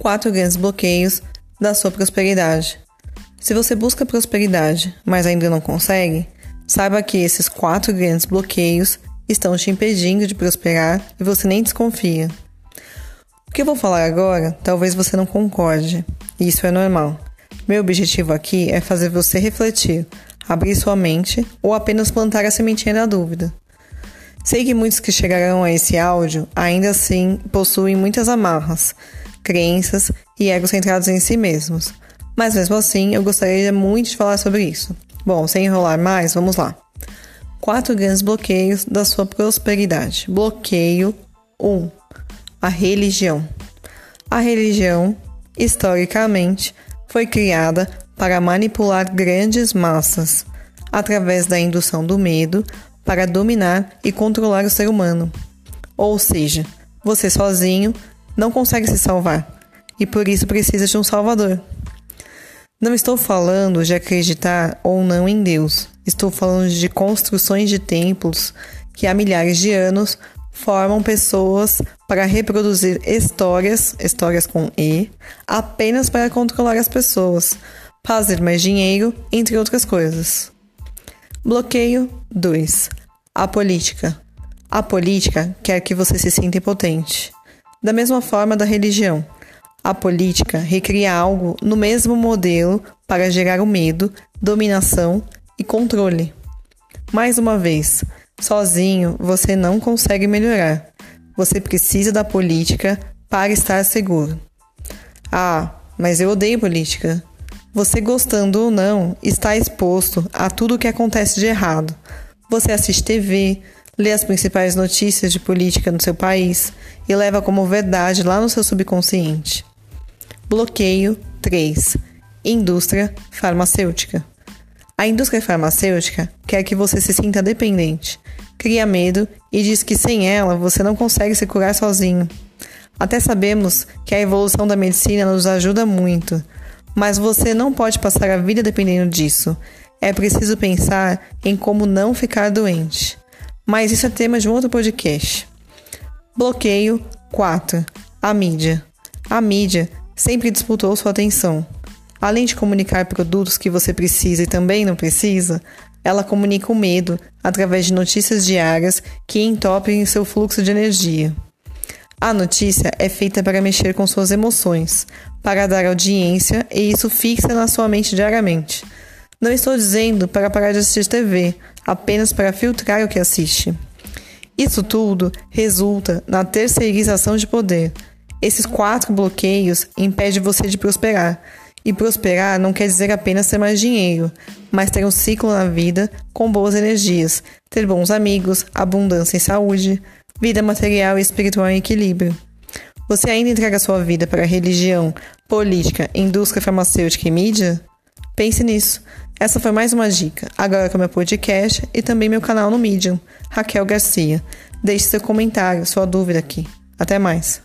4 grandes bloqueios da sua prosperidade. Se você busca prosperidade, mas ainda não consegue, saiba que esses 4 grandes bloqueios estão te impedindo de prosperar e você nem desconfia. O que eu vou falar agora, talvez você não concorde, e isso é normal. Meu objetivo aqui é fazer você refletir, abrir sua mente ou apenas plantar a sementinha da dúvida. Sei que muitos que chegarão a esse áudio ainda assim possuem muitas amarras, crenças e egos centrados em si mesmos. Mas mesmo assim, eu gostaria muito de falar sobre isso. Bom, sem enrolar mais, vamos lá. 4 grandes bloqueios da sua prosperidade. Bloqueio 1. A religião. A religião, historicamente, foi criada para manipular grandes massas, através da indução do medo, para dominar e controlar o ser humano. Ou seja, você sozinho não consegue se salvar, e por isso precisa de um salvador. Não estou falando de acreditar ou não em Deus. Estou falando de construções de templos que há milhares de anos formam pessoas para reproduzir histórias com E, apenas para controlar as pessoas, fazer mais dinheiro, entre outras coisas. Bloqueio 2. A política. A política quer que você se sinta impotente. Da mesma forma da religião. A política recria algo no mesmo modelo para gerar o medo, dominação e controle. Mais uma vez, sozinho você não consegue melhorar. Você precisa da política para estar seguro. Ah, mas eu odeio política. Você gostando ou não, está exposto a tudo o que acontece de errado. Você assiste TV, lê as principais notícias de política no seu país e leva como verdade lá no seu subconsciente. Bloqueio 3. Indústria farmacêutica. A indústria farmacêutica quer que você se sinta dependente, cria medo e diz que sem ela você não consegue se curar sozinho. Até sabemos que a evolução da medicina nos ajuda muito, mas você não pode passar a vida dependendo disso. É preciso pensar em como não ficar doente. Mas isso é tema de um outro podcast. Bloqueio 4. A mídia. A mídia sempre disputou sua atenção. Além de comunicar produtos que você precisa e também não precisa, ela comunica o medo através de notícias diárias que entopem seu fluxo de energia. A notícia é feita para mexer com suas emoções, para dar audiência e isso fixa na sua mente diariamente. Não estou dizendo para parar de assistir TV, apenas para filtrar o que assiste. Isso tudo resulta na terceirização de poder. Esses 4 bloqueios impedem você de prosperar. E prosperar não quer dizer apenas ter mais dinheiro, mas ter um ciclo na vida com boas energias, ter bons amigos, abundância e saúde, vida material e espiritual em equilíbrio. Você ainda entrega sua vida para religião, política, indústria farmacêutica e mídia? Pense nisso. Essa foi mais uma dica. Agora com meu podcast e também meu canal no Medium, Raquel Garcia. Deixe seu comentário, sua dúvida aqui. Até mais.